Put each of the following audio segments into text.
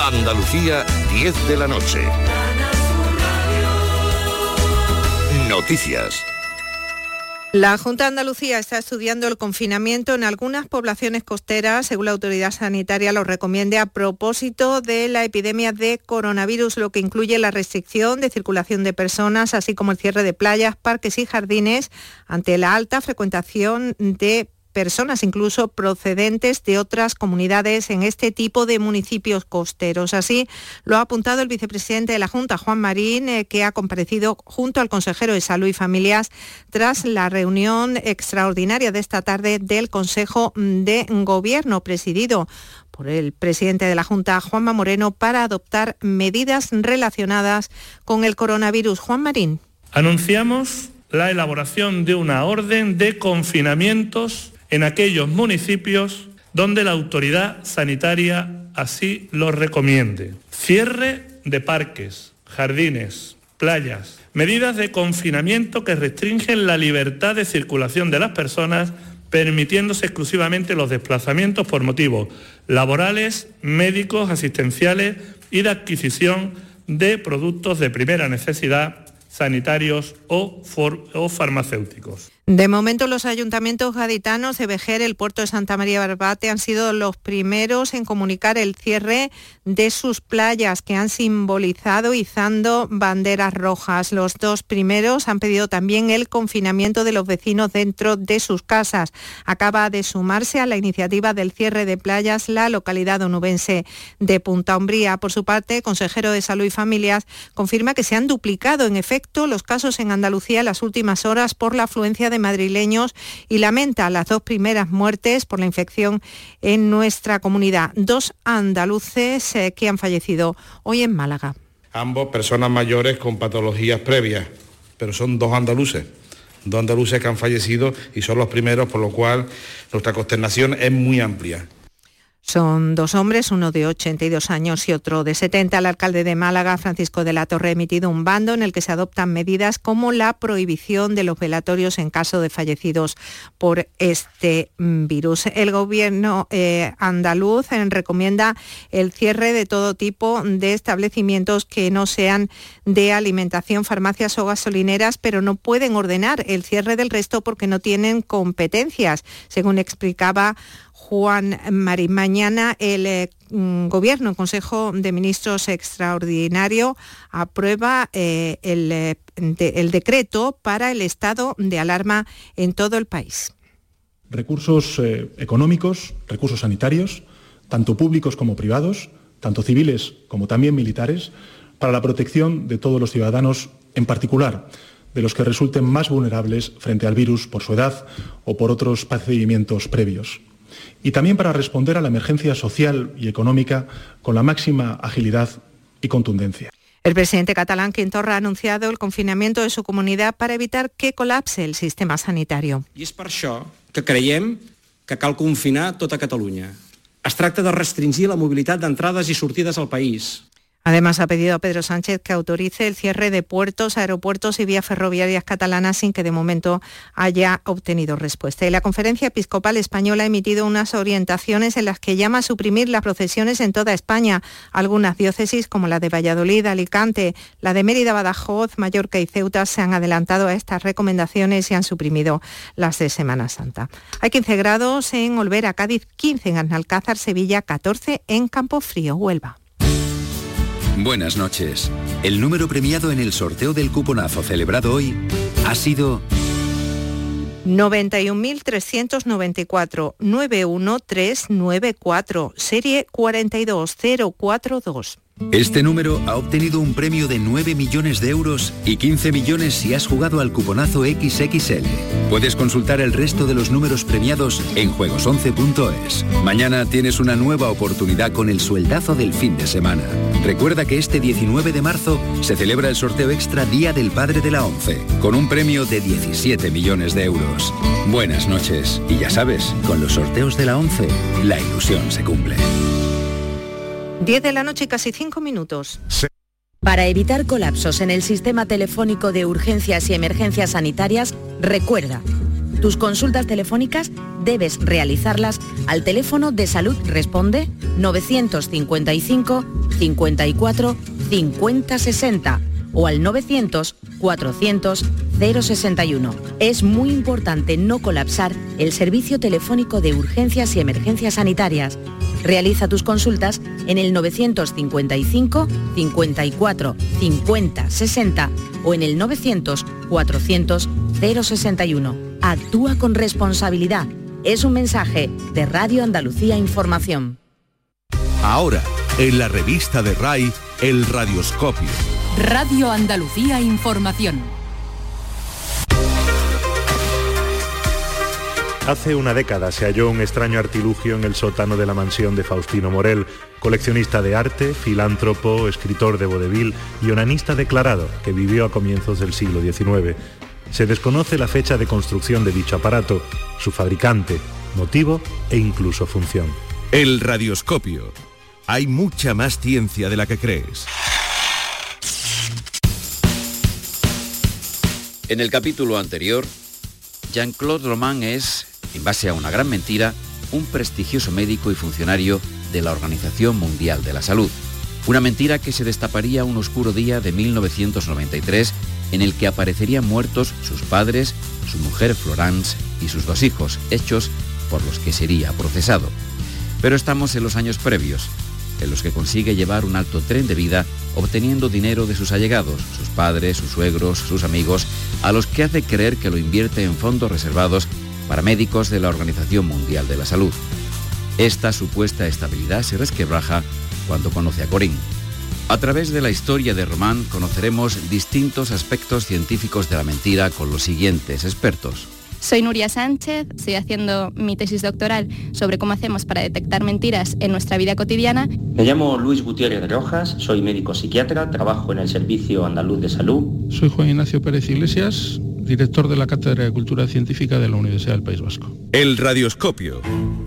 Andalucía, 10 de la noche. Noticias. La Junta de Andalucía está estudiando el confinamiento en algunas poblaciones costeras, según la autoridad sanitaria lo recomiende, a propósito de la epidemia de coronavirus, lo que incluye la restricción de circulación de personas, así como el cierre de playas, parques y jardines, ante la alta frecuentación de personas, incluso procedentes de otras comunidades en este tipo de municipios costeros. Así lo ha apuntado el vicepresidente de la Junta, Juan Marín, que ha comparecido junto al consejero de Salud y Familias tras la reunión extraordinaria de esta tarde del Consejo de Gobierno, presidido por el presidente de la Junta, Juanma Moreno, para adoptar medidas relacionadas con el coronavirus. Juan Marín. Anunciamos la elaboración de una orden de confinamientos en aquellos municipios donde la autoridad sanitaria así lo recomiende. Cierre de parques, jardines, playas, medidas de confinamiento que restringen la libertad de circulación de las personas, permitiéndose exclusivamente los desplazamientos por motivos laborales, médicos, asistenciales y de adquisición de productos de primera necesidad, sanitarios o farmacéuticos. De momento, los ayuntamientos gaditanos de Vejer, el puerto de Santa María Barbate han sido los primeros en comunicar el cierre de sus playas, que han simbolizado izando banderas rojas. Los dos primeros han pedido también el confinamiento de los vecinos dentro de sus casas. Acaba de sumarse a la iniciativa del cierre de playas la localidad onubense de Punta Umbría. Por su parte, el consejero de Salud y Familias confirma que se han duplicado en efecto los casos en Andalucía en las últimas horas por la afluencia de madrileños y lamenta las dos primeras muertes por la infección en nuestra comunidad. 2 andaluces que han fallecido hoy en Málaga. Ambos personas mayores con patologías previas, pero son 2 andaluces. 2 andaluces que han fallecido y son los primeros, por lo cual nuestra consternación es muy amplia. Son 2 hombres, uno de 82 años y otro de 70. El alcalde de Málaga, Francisco de la Torre, ha emitido un bando en el que se adoptan medidas como la prohibición de los velatorios en caso de fallecidos por este virus. El gobierno andaluz recomienda el cierre de todo tipo de establecimientos que no sean de alimentación, farmacias o gasolineras, pero no pueden ordenar el cierre del resto porque no tienen competencias, según explicaba Juan Marín. Mañana el Gobierno, el Consejo de Ministros extraordinario, aprueba el decreto para el estado de alarma en todo el país. Recursos económicos, recursos sanitarios, tanto públicos como privados, tanto civiles como también militares, para la protección de todos los ciudadanos, en particular de los que resulten más vulnerables frente al virus por su edad o por otros procedimientos previos. Y también para responder a la emergencia social y económica con la máxima agilidad y contundencia. El presidente catalán, Quim Torra, ha anunciado el confinamiento de su comunidad para evitar que colapse el sistema sanitario. I és per això que creiem que cal confinar tota Catalunya. Es tracta de restringir la mobilitat d'entrades i sortides al país. Además, ha pedido a Pedro Sánchez que autorice el cierre de puertos, aeropuertos y vías ferroviarias catalanas sin que de momento haya obtenido respuesta. Y la Conferencia Episcopal Española ha emitido unas orientaciones en las que llama a suprimir las procesiones en toda España. Algunas diócesis, como la de Valladolid, Alicante, la de Mérida, Badajoz, Mallorca y Ceuta, se han adelantado a estas recomendaciones y han suprimido las de Semana Santa. Hay 15 grados en Olvera, Cádiz, 15 en Alcázar, Sevilla, 14 en Campofrío, Huelva. Buenas noches. El número premiado en el sorteo del cuponazo celebrado hoy ha sido 91.394 91394, serie 42042. Este número ha obtenido un premio de 9 millones de euros y 15 millones si has jugado al cuponazo XXL. Puedes consultar el resto de los números premiados en juegos11.es. Mañana tienes una nueva oportunidad con el sueldazo del fin de semana. Recuerda que este 19 de marzo se celebra el sorteo extra Día del Padre de la ONCE, con un premio de 17 millones de euros. Buenas noches. Y ya sabes, con los sorteos de la ONCE, la ilusión se cumple. 10 de la noche y casi 5 minutos. Sí. Para evitar colapsos en el sistema telefónico de urgencias y emergencias sanitarias, recuerda, Tus consultas telefónicas debes realizarlas al teléfono de Salud Responde 955 54 50 60 o al 900 400 061. Es muy importante no colapsar el servicio telefónico de urgencias y emergencias sanitarias. Realiza tus consultas en el 955 54 50 60 o en el 900 400 061. Actúa con responsabilidad. Es un mensaje de Radio Andalucía Información. Ahora, en la revista de RAI, El Radioscopio. Radio Andalucía Información. Hace una década se halló un extraño artilugio en el sótano de la mansión de Faustino Morel, coleccionista de arte, filántropo, escritor de vodevil y onanista declarado, que vivió a comienzos del siglo XIX. Se desconoce la fecha de construcción de dicho aparato, su fabricante, motivo e incluso función. El Radioscopio. Hay mucha más ciencia de la que crees. En el capítulo anterior, Jean-Claude Roman es, en base a una gran mentira, un prestigioso médico y funcionario de la Organización Mundial de la Salud. Una mentira que se destaparía un oscuro día de 1993 en el que aparecerían muertos sus padres, su mujer Florence y sus 2 hijos, hechos por los que sería procesado. Pero estamos en los años previos, en los que consigue llevar un alto tren de vida obteniendo dinero de sus allegados, sus padres, sus suegros, sus amigos, a los que hace creer que lo invierte en fondos reservados para médicos de la Organización Mundial de la Salud. Esta supuesta estabilidad se resquebraja cuando conoce a Corinne. A través de la historia de Roman conoceremos distintos aspectos científicos de la mentira con los siguientes expertos. Soy Nuria Sánchez, estoy haciendo mi tesis doctoral sobre cómo hacemos para detectar mentiras en nuestra vida cotidiana. Me llamo Luis Gutiérrez Rojas, soy médico psiquiatra, trabajo en el Servicio Andaluz de Salud. Soy Juan Ignacio Pérez Iglesias, director de la Cátedra de Cultura Científica de la Universidad del País Vasco. El Radioscopio.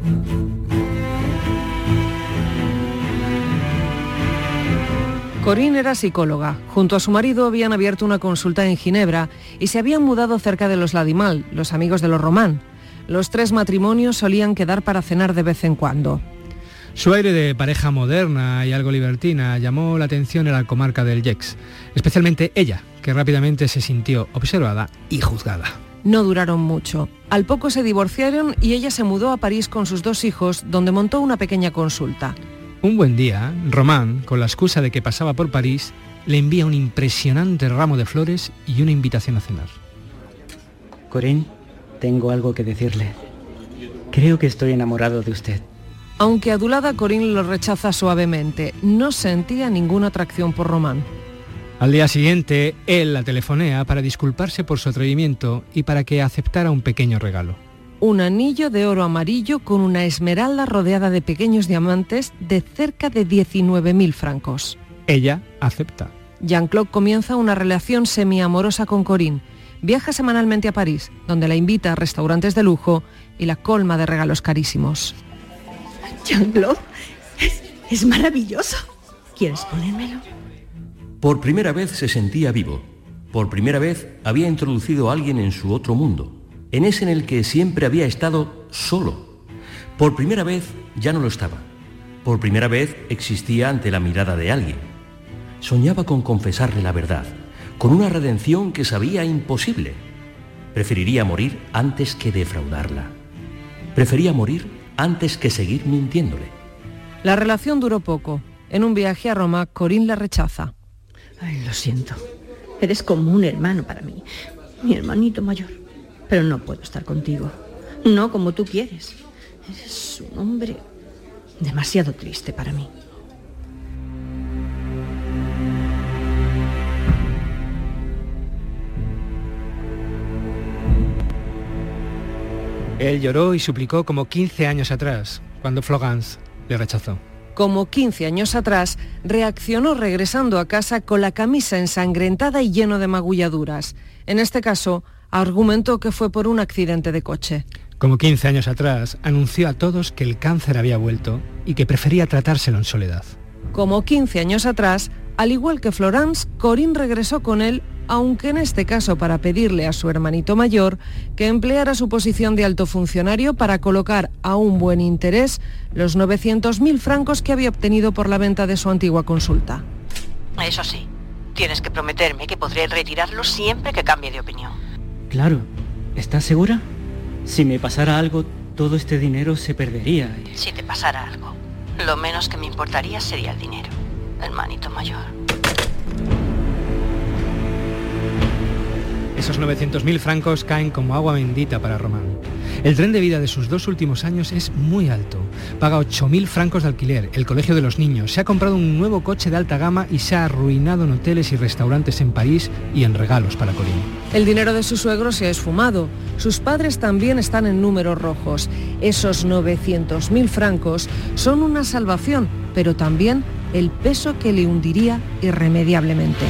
Corinne era psicóloga. Junto a su marido habían abierto una consulta en Ginebra y se habían mudado cerca de los Ladimal, los amigos de los Roman. Los 3 matrimonios solían quedar para cenar de vez en cuando. Su aire de pareja moderna y algo libertina llamó la atención en la comarca del Gex, especialmente ella, que rápidamente se sintió observada y juzgada. No duraron mucho. Al poco se divorciaron y ella se mudó a París con sus 2 hijos, donde montó una pequeña consulta. Un buen día, Roman, con la excusa de que pasaba por París, le envía un impresionante ramo de flores y una invitación a cenar. Corinne, tengo algo que decirle. Creo que estoy enamorado de usted. Aunque adulada, Corinne lo rechaza suavemente. No sentía ninguna atracción por Roman. Al día siguiente, él la telefonea para disculparse por su atrevimiento y para que aceptara un pequeño regalo. Un anillo de oro amarillo con una esmeralda rodeada de pequeños diamantes de cerca de 19.000 francos. Ella acepta. Jean-Claude comienza una relación semiamorosa con Corinne. Viaja semanalmente a París, donde la invita a restaurantes de lujo y la colma de regalos carísimos. Jean-Claude, es maravilloso. ¿Quieres ponérmelo? Por primera vez se sentía vivo. Por primera vez había introducido a alguien en su otro mundo, en ese en el que siempre había estado solo. Por primera vez ya no lo estaba. Por primera vez existía ante la mirada de alguien. Soñaba con confesarle la verdad, con una redención que sabía imposible. Preferiría morir antes que defraudarla. Prefería morir antes que seguir mintiéndole. La relación duró poco. En un viaje a Roma, Corinne la rechaza. Ay, lo siento. Eres como un hermano para mí, mi hermanito mayor. Pero no puedo estar contigo. No como tú quieres. Eres un hombre demasiado triste para mí. Él lloró y suplicó como 15 años atrás, cuando Florence le rechazó. Como 15 años atrás, reaccionó regresando a casa con la camisa ensangrentada y lleno de magulladuras. En este caso, argumentó que fue por un accidente de coche. Como 15 años atrás, anunció a todos que el cáncer había vuelto y que prefería tratárselo en soledad. Como 15 años atrás, al igual que Florence, Corinne regresó con él aunque en este caso para pedirle a su hermanito mayor que empleara su posición de alto funcionario para colocar a un buen interés los 900.000 francos que había obtenido por la venta de su antigua consulta. Eso sí, tienes que prometerme que podré retirarlo siempre que cambie de opinión. Claro, ¿estás segura? Si me pasara algo, todo este dinero se perdería. Si te pasara algo, lo menos que me importaría sería el dinero, hermanito mayor. Esos 900.000 francos caen como agua bendita para Román. El tren de vida de sus 2 últimos años es muy alto. Paga 8.000 francos de alquiler, el colegio de los niños, se ha comprado un nuevo coche de alta gama y se ha arruinado en hoteles y restaurantes en París y en regalos para Corinne. El dinero de su suegro se ha esfumado. Sus padres también están en números rojos. Esos 900.000 francos son una salvación, pero también el peso que le hundiría irremediablemente.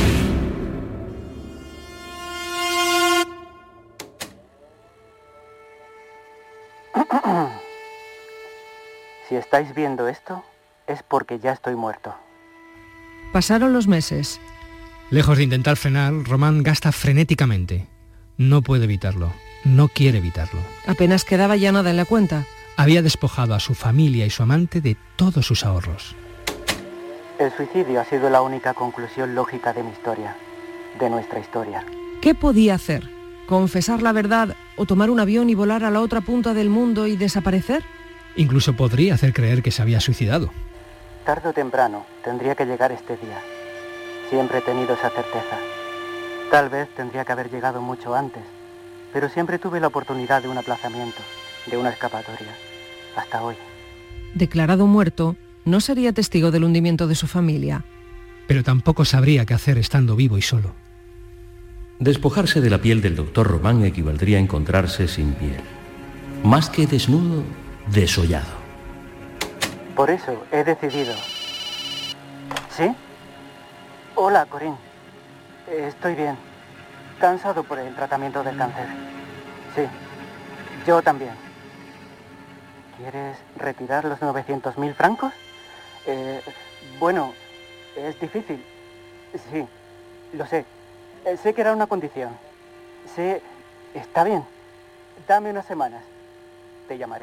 Si estáis viendo esto, es porque ya estoy muerto. Pasaron los meses. Lejos de intentar frenar, Román gasta frenéticamente. No puede evitarlo, no quiere evitarlo. Apenas quedaba ya nada en la cuenta. Había despojado a su familia y su amante de todos sus ahorros. El suicidio ha sido la única conclusión lógica de mi historia, de nuestra historia. ¿Qué podía hacer? ¿Confesar la verdad o tomar un avión y volar a la otra punta del mundo y desaparecer? Incluso podría hacer creer que se había suicidado. Tarde o temprano tendría que llegar este día. Siempre he tenido esa certeza. Tal vez tendría que haber llegado mucho antes, pero siempre tuve la oportunidad de un aplazamiento, de una escapatoria, hasta hoy. Declarado muerto, no sería testigo del hundimiento de su familia. Pero tampoco sabría qué hacer estando vivo y solo. Despojarse de la piel del doctor Román equivaldría a encontrarse sin piel. Más que desnudo, desollado. Por eso he decidido... ¿Sí? Hola, Corinne. Estoy bien. Cansado por el tratamiento del cáncer. Sí, yo también. ¿Quieres retirar los 900.000 francos? Bueno, es difícil. Sí, lo sé. Sé que era una condición. Sé... Está bien. Dame unas semanas. Te llamaré.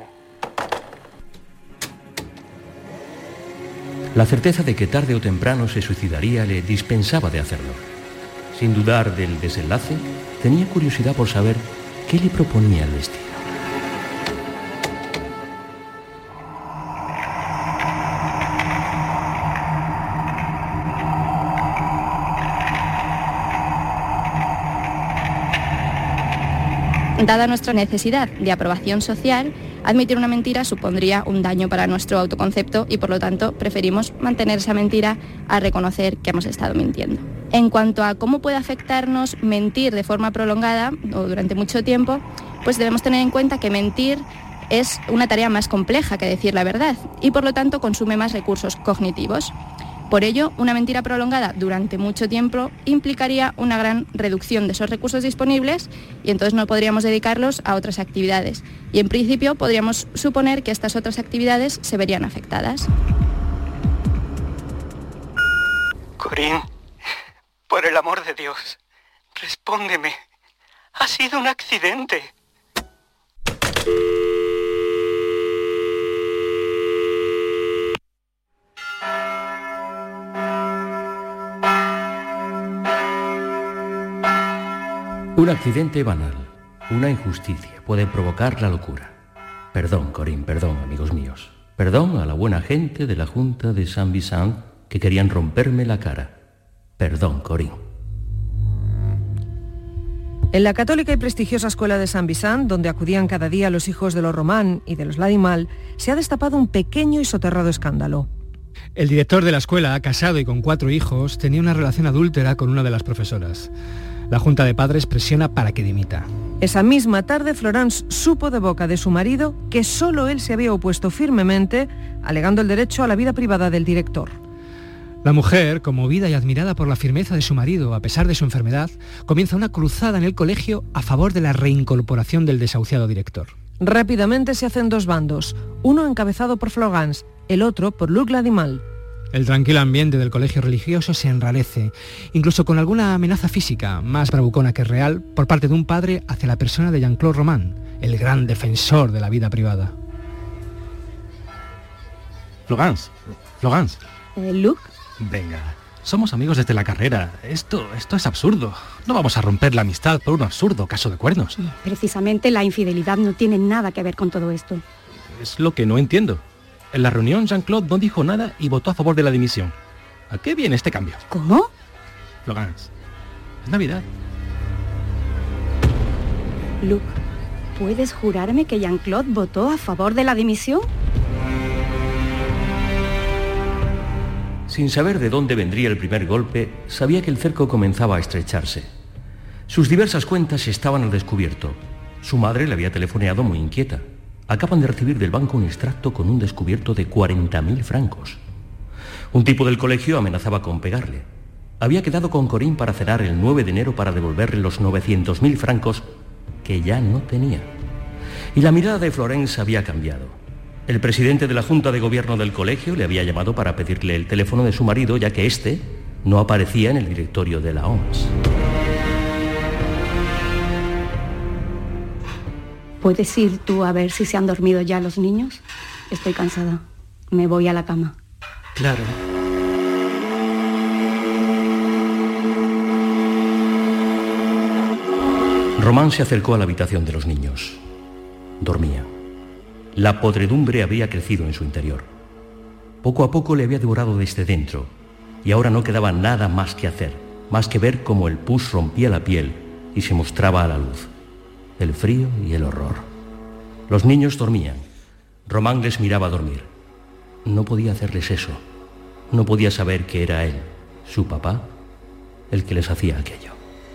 La certeza de que tarde o temprano se suicidaría le dispensaba de hacerlo. Sin dudar del desenlace, tenía curiosidad por saber qué le proponía el destino. Dada nuestra necesidad de aprobación social, admitir una mentira supondría un daño para nuestro autoconcepto y por lo tanto preferimos mantener esa mentira a reconocer que hemos estado mintiendo. En cuanto a cómo puede afectarnos mentir de forma prolongada o durante mucho tiempo, pues debemos tener en cuenta que mentir es una tarea más compleja que decir la verdad y por lo tanto consume más recursos cognitivos. Por ello, una mentira prolongada durante mucho tiempo implicaría una gran reducción de esos recursos disponibles y entonces no podríamos dedicarlos a otras actividades. Y en principio podríamos suponer que estas otras actividades se verían afectadas. Corinne, por el amor de Dios, respóndeme. Ha sido un accidente. Un accidente banal, una injusticia, puede provocar la locura. Perdón, Corinne, perdón, amigos míos. Perdón a la buena gente de la Junta de Saint-Vicent que querían romperme la cara. Perdón, Corinne. En la católica y prestigiosa escuela de Saint-Vicent, donde acudían cada día los hijos de los Román y de los Ladimal, se ha destapado un pequeño y soterrado escándalo. El director de la escuela, casado y con 4 hijos, tenía una relación adúltera con una de las profesoras. La Junta de Padres presiona para que dimita. Esa misma tarde, Florence supo de boca de su marido que solo él se había opuesto firmemente, alegando el derecho a la vida privada del director. La mujer, conmovida y admirada por la firmeza de su marido a pesar de su enfermedad, comienza una cruzada en el colegio a favor de la reincorporación del desahuciado director. Rápidamente se hacen 2 bandos, uno encabezado por Florence, el otro por Luc Ladimal. El tranquilo ambiente del colegio religioso se enrarece, incluso con alguna amenaza física, más bravucona que real, por parte de un padre hacia la persona de Jean-Claude Roman, el gran defensor de la vida privada. Florence. ¿Luc? Venga, somos amigos desde la carrera. Esto es absurdo. No vamos a romper la amistad por un absurdo caso de cuernos. Precisamente la infidelidad no tiene nada que ver con todo esto. Es lo que no entiendo. En la reunión Jean-Claude no dijo nada y votó a favor de la dimisión. ¿A qué viene este cambio? ¿Cómo? Florence, es Navidad. Luc, ¿puedes jurarme que Jean-Claude votó a favor de la dimisión? Sin saber de dónde vendría el primer golpe, sabía que el cerco comenzaba a estrecharse. Sus diversas cuentas estaban al descubierto. Su madre le había telefoneado muy inquieta. Acaban de recibir del banco un extracto con un descubierto de 40.000 francos. Un tipo del colegio amenazaba con pegarle. Había quedado con Corinne para cenar el 9 de enero para devolverle los 900.000 francos que ya no tenía. Y la mirada de Florence había cambiado. El presidente de la Junta de Gobierno del colegio le había llamado para pedirle el teléfono de su marido, ya que éste no aparecía en el directorio de la OMS. ¿Puedes ir tú a ver si se han dormido ya los niños? Estoy cansada. Me voy a la cama. Claro. Román se acercó a la habitación de los niños. Dormía. La podredumbre había crecido en su interior. Poco a poco le había devorado desde dentro, y ahora no quedaba nada más que hacer, más que ver cómo el pus rompía la piel y se mostraba a la luz. El frío y el horror. Los niños dormían. Román les miraba dormir. No podía hacerles eso. No podía saber que era él, su papá, el que les hacía aquello.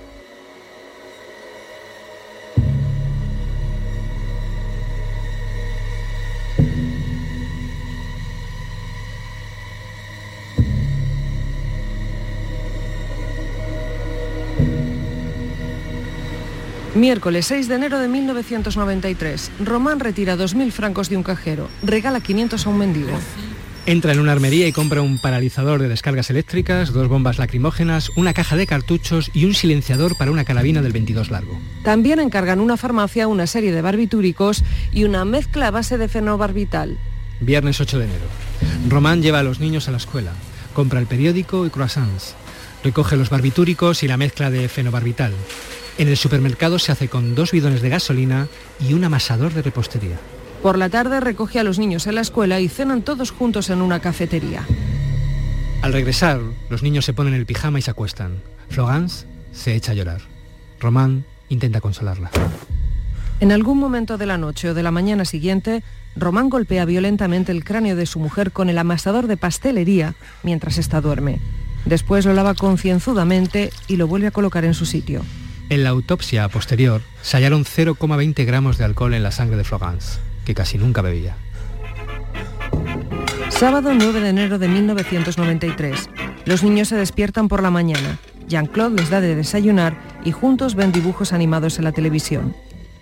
Miércoles 6 de enero de 1993. Román retira 2.000 francos de un cajero. Regala 500 a un mendigo. Entra en una armería y compra un paralizador de descargas eléctricas, 2 bombas lacrimógenas, una caja de cartuchos y un silenciador para una carabina del 22 largo. También encargan una farmacia una serie de barbitúricos y una mezcla a base de fenobarbital. Viernes 8 de enero. Román lleva a los niños a la escuela. Compra el periódico y croissants. Recoge los barbitúricos y la mezcla de fenobarbital. En el supermercado se hace con 2 bidones de gasolina y un amasador de repostería. Por la tarde recoge a los niños en la escuela y cenan todos juntos en una cafetería. Al regresar, los niños se ponen el pijama y se acuestan. Florence se echa a llorar. Román intenta consolarla. En algún momento de la noche o de la mañana siguiente, Román golpea violentamente el cráneo de su mujer con el amasador de pastelería mientras ésta duerme. Después lo lava concienzudamente y lo vuelve a colocar en su sitio. En la autopsia posterior se hallaron 0,20 gramos de alcohol en la sangre de Florence, que casi nunca bebía. Sábado 9 de enero de 1993. Los niños se despiertan por la mañana. Jean-Claude les da de desayunar y juntos ven dibujos animados en la televisión.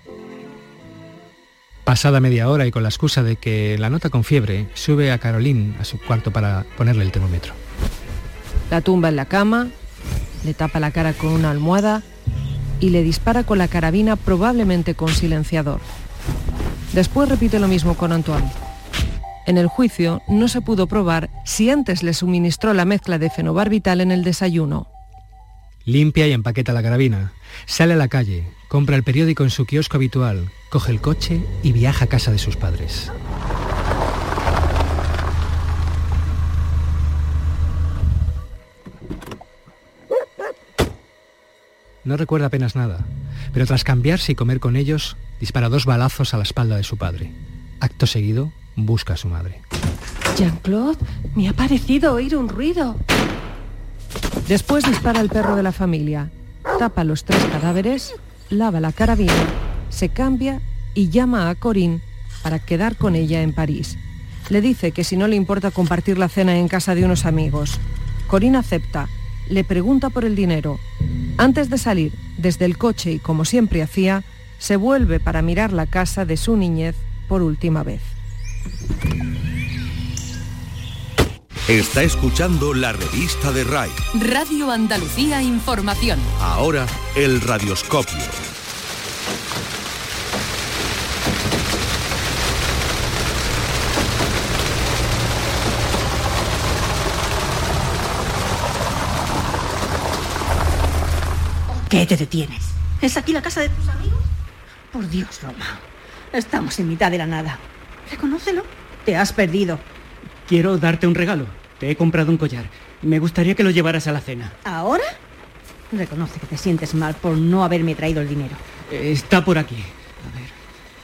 Pasada media hora y con la excusa de que la nota con fiebre, sube a Caroline a su cuarto para ponerle el termómetro. La tumba en la cama, le tapa la cara con una almohada y le dispara con la carabina, probablemente con silenciador. Después repite lo mismo con Antoine. En el juicio no se pudo probar si antes le suministró la mezcla de fenobarbital en el desayuno. Limpia y empaqueta la carabina. Sale a la calle, compra el periódico en su kiosco habitual, coge el coche y viaja a casa de sus padres. No recuerda apenas nada, pero tras cambiarse y comer con ellos, dispara 2 balazos a la espalda de su padre. Acto seguido, busca a su madre. Jean-Claude, me ha parecido oír un ruido. Después dispara al perro de la familia, tapa los 3 cadáveres, lava la carabina, se cambia y llama a Corinne para quedar con ella en París. Le dice que si no le importa compartir la cena en casa de unos amigos. Corinne acepta, le pregunta por el dinero. Antes de salir desde el coche y como siempre hacía, se vuelve para mirar la casa de su niñez por última vez. Está escuchando la revista de RAI. Radio Andalucía Información. Ahora, el radioscopio. ¿Qué te detienes? ¿Es aquí la casa de tus amigos? Por Dios, Roma. Estamos en mitad de la nada. Reconócelo. Te has perdido. Quiero darte un regalo. Te he comprado un collar. Me gustaría que lo llevaras a la cena. ¿Ahora? Reconoce que te sientes mal por no haberme traído el dinero. Está por aquí. A ver.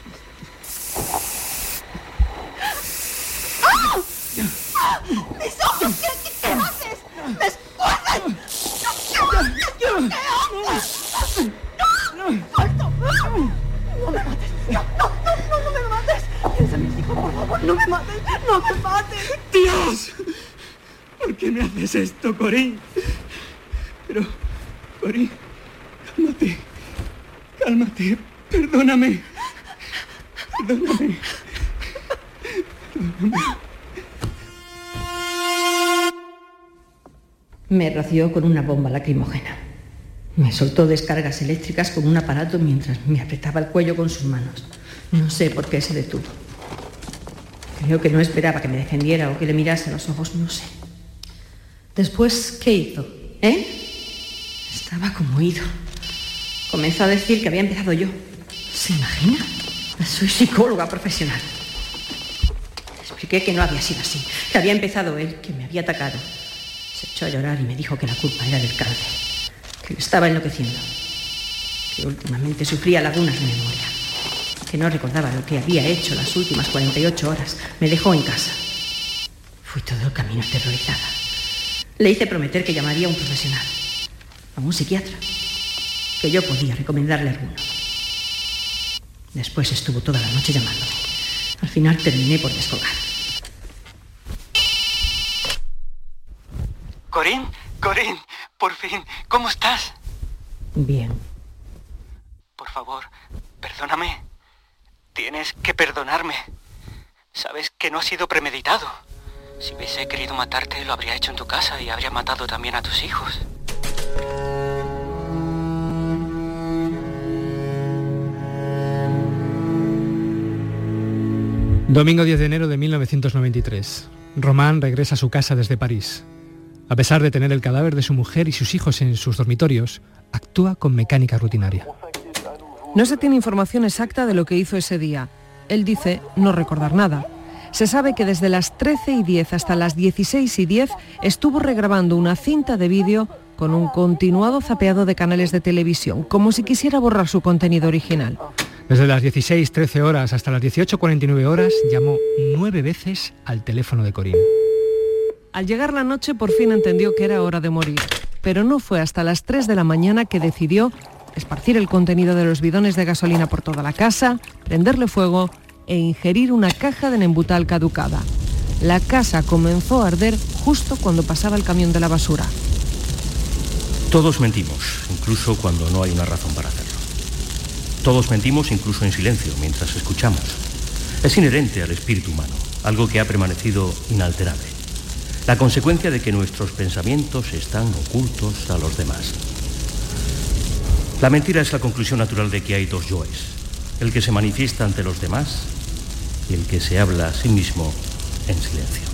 ¡Ah! ¡Mis ojos! ¿Qué haces? ¡Me escuerdan! ¿Qué haces? ¡No! ¡No me mates! ¡No me mates! Piensa en mis hijos, por favor. ¡No me mates! ¡No me mates! ¡Dios! ¿Por qué me haces esto, Corín? Pero, Corín, cálmate. Cálmate. Perdóname. Perdóname. Me roció con una bomba lacrimógena. Me soltó descargas eléctricas con un aparato mientras me apretaba el cuello con sus manos. No sé por qué se detuvo. Creo que no esperaba que me defendiera o que le mirase a los ojos, no sé. Después, ¿qué hizo? Estaba conmovido. Comenzó a decir que había empezado yo. ¿Se imagina? Soy psicóloga profesional. Le expliqué que no había sido así, que había empezado él, que me había atacado. Se echó a llorar y me dijo que la culpa era del cáncer, que le estaba enloqueciendo, que últimamente sufría lagunas de memoria, que no recordaba lo que había hecho las últimas 48 horas. Me dejó en casa. Fui todo el camino aterrorizada. Le hice prometer que llamaría a un profesional, a un psiquiatra, que yo podía recomendarle alguno. Después estuvo toda la noche llamándome. Al final terminé por descolgar. Corín, por fin, ¿cómo estás? Bien. Por favor, perdóname. Tienes que perdonarme. Sabes que no ha sido premeditado. Si hubiese querido matarte, lo habría hecho en tu casa y habría matado también a tus hijos. Domingo 10 de enero de 1993. Román regresa a su casa desde París. A pesar de tener el cadáver de su mujer y sus hijos en sus dormitorios, actúa con mecánica rutinaria. No se tiene información exacta de lo que hizo ese día. Él dice no recordar nada. Se sabe que desde las 13:10 hasta las 16:10 estuvo regrabando una cinta de vídeo con un continuado zapeado de canales de televisión, como si quisiera borrar su contenido original. Desde las 16:13 horas hasta las 18:49 horas llamó 9 veces al teléfono de Corín. Al llegar la noche por fin entendió que era hora de morir, pero no fue hasta las 3 de la mañana que decidió esparcir el contenido de los bidones de gasolina por toda la casa, prenderle fuego e ingerir una caja de Nembutal caducada. La casa comenzó a arder justo cuando pasaba el camión de la basura. Todos mentimos, incluso cuando no hay una razón para hacerlo. Todos mentimos incluso en silencio, mientras escuchamos. Es inherente al espíritu humano, algo que ha permanecido inalterable. La consecuencia de que nuestros pensamientos están ocultos a los demás. La mentira es la conclusión natural de que hay dos yoes, el que se manifiesta ante los demás y el que se habla a sí mismo en silencio.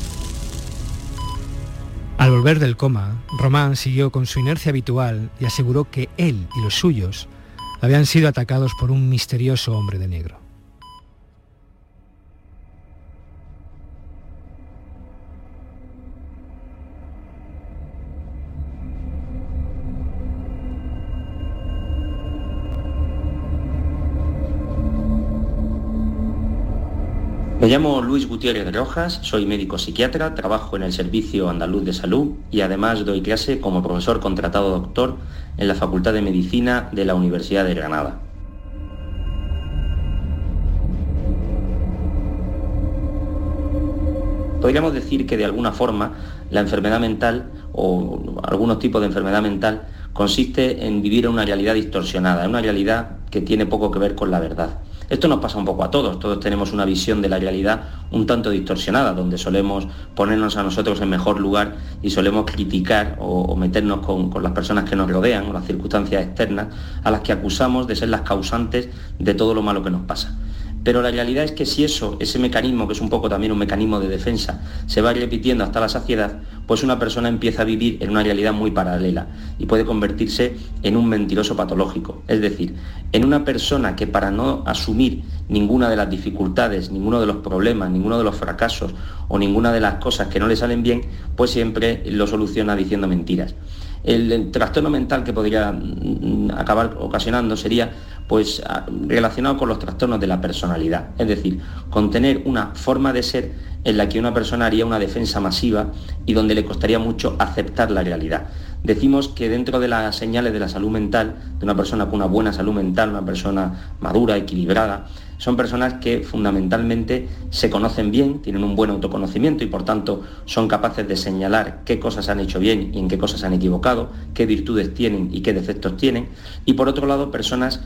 Al volver del coma, Román siguió con su inercia habitual y aseguró que él y los suyos habían sido atacados por un misterioso hombre de negro. Me llamo Luis Gutiérrez Rojas, soy médico psiquiatra, trabajo en el Servicio Andaluz de Salud y además doy clase como profesor contratado doctor en la Facultad de Medicina de la Universidad de Granada. Podríamos decir que de alguna forma la enfermedad mental o algunos tipos de enfermedad mental consiste en vivir una realidad distorsionada, una realidad que tiene poco que ver con la verdad. Esto nos pasa un poco a todos tenemos una visión de la realidad un tanto distorsionada, donde solemos ponernos a nosotros en mejor lugar y solemos criticar o meternos con las personas que nos rodean o las circunstancias externas a las que acusamos de ser las causantes de todo lo malo que nos pasa. Pero la realidad es que si ese mecanismo, que es un poco también un mecanismo de defensa, se va repitiendo hasta la saciedad, pues una persona empieza a vivir en una realidad muy paralela y puede convertirse en un mentiroso patológico. Es decir, en una persona que para no asumir ninguna de las dificultades, ninguno de los problemas, ninguno de los fracasos o ninguna de las cosas que no le salen bien, pues siempre lo soluciona diciendo mentiras. El trastorno mental que podría acabar ocasionando sería pues relacionado con los trastornos de la personalidad, es decir, con tener una forma de ser en la que una persona haría una defensa masiva y donde le costaría mucho aceptar la realidad. Decimos que dentro de las señales de la salud mental, de una persona con una buena salud mental, una persona madura, equilibrada, son personas que fundamentalmente se conocen bien, tienen un buen autoconocimiento y por tanto son capaces de señalar qué cosas han hecho bien y en qué cosas han equivocado, qué virtudes tienen y qué defectos tienen. Y por otro lado, personas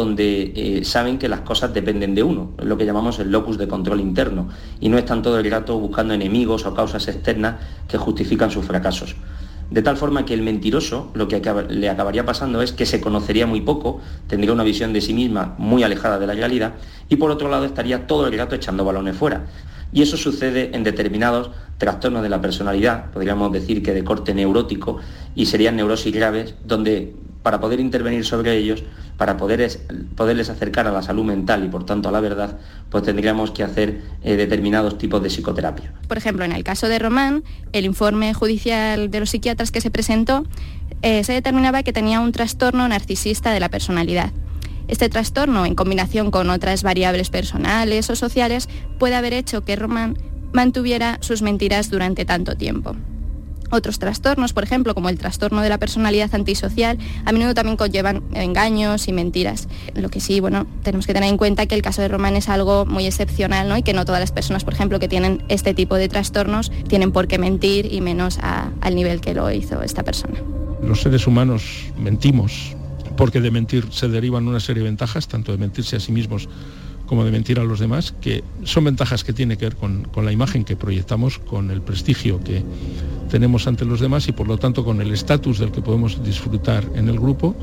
donde saben que las cosas dependen de uno, lo que llamamos el locus de control interno, y no están todo el rato buscando enemigos o causas externas que justifican sus fracasos. De tal forma que el mentiroso lo que le acabaría pasando es que se conocería muy poco, tendría una visión de sí misma muy alejada de la realidad y por otro lado estaría todo el rato echando balones fuera. Y eso sucede en determinados trastornos de la personalidad, podríamos decir que de corte neurótico, y serían neurosis graves donde para poder intervenir sobre ellos, para poderles acercar a la salud mental y por tanto a la verdad, pues tendríamos que hacer determinados tipos de psicoterapia. Por ejemplo, en el caso de Román, el informe judicial de los psiquiatras que se presentó se determinaba que tenía un trastorno narcisista de la personalidad. Este trastorno, en combinación con otras variables personales o sociales, puede haber hecho que Román mantuviera sus mentiras durante tanto tiempo. Otros trastornos, por ejemplo, como el trastorno de la personalidad antisocial, a menudo también conllevan engaños y mentiras. Lo que sí, tenemos que tener en cuenta que el caso de Román es algo muy excepcional, ¿no? Y que no todas las personas, por ejemplo, que tienen este tipo de trastornos tienen por qué mentir y menos al nivel que lo hizo esta persona. Los seres humanos mentimos, porque de mentir se derivan una serie de ventajas, tanto de mentirse a sí mismos como de mentir a los demás, que son ventajas que tienen que ver con la imagen que proyectamos, con el prestigio que tenemos ante los demás y por lo tanto con el estatus del que podemos disfrutar en el grupo.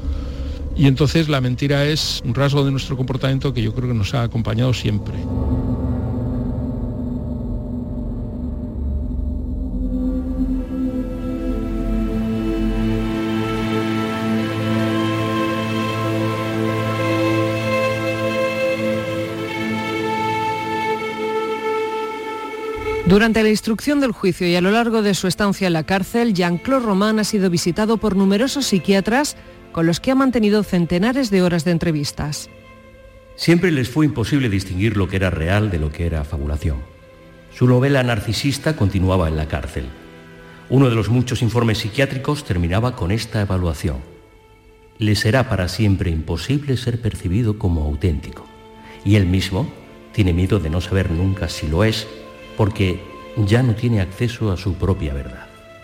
Y entonces la mentira es un rasgo de nuestro comportamiento que yo creo que nos ha acompañado siempre. Durante la instrucción del juicio y a lo largo de su estancia en la cárcel, Jean-Claude Román ha sido visitado por numerosos psiquiatras con los que ha mantenido centenares de horas de entrevistas. Siempre les fue imposible distinguir lo que era real de lo que era fabulación. Su novela narcisista continuaba en la cárcel. Uno de los muchos informes psiquiátricos terminaba con esta evaluación: le será para siempre imposible ser percibido como auténtico. Y él mismo tiene miedo de no saber nunca si lo es, porque ya no tiene acceso a su propia verdad.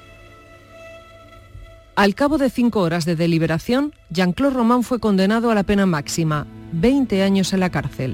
Al cabo de 5 horas de deliberación, Jean-Claude Román fue condenado a la pena máxima, 20 años en la cárcel.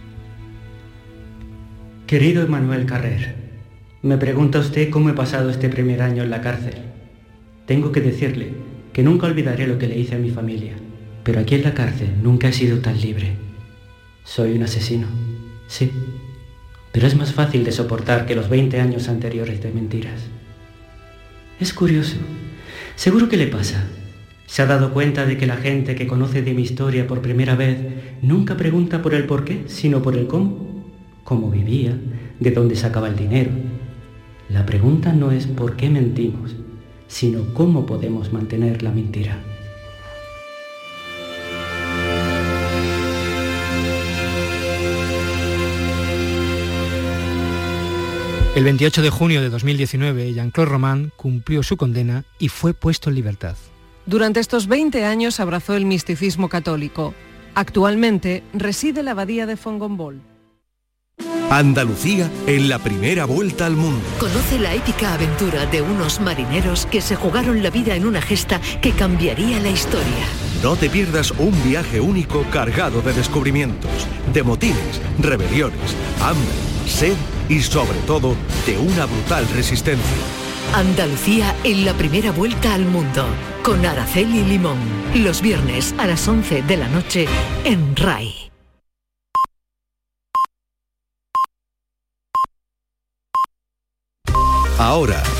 Querido Emmanuel Carrer, me pregunta usted cómo he pasado este primer año en la cárcel. Tengo que decirle que nunca olvidaré lo que le hice a mi familia, pero aquí en la cárcel nunca he sido tan libre. Soy un asesino, sí, pero es más fácil de soportar que los 20 años anteriores de mentiras. Es curioso. ¿Seguro que le pasa? ¿Se ha dado cuenta de que la gente que conoce de mi historia por primera vez nunca pregunta por el por qué, sino por el cómo? ¿Cómo vivía? ¿De dónde sacaba el dinero? La pregunta no es por qué mentimos, sino cómo podemos mantener la mentira. El 28 de junio de 2019, Jean-Claude Román cumplió su condena y fue puesto en libertad. Durante estos 20 años abrazó el misticismo católico. Actualmente reside en la abadía de Fongombol. Andalucía en la primera vuelta al mundo. Conoce la épica aventura de unos marineros que se jugaron la vida en una gesta que cambiaría la historia. No te pierdas un viaje único cargado de descubrimientos, de motines, rebeliones, hambre, sed y sobre todo de una brutal resistencia. Andalucía en la primera vuelta al mundo, con Araceli Limón, los viernes a las 11 de la noche en RAI. Ahora,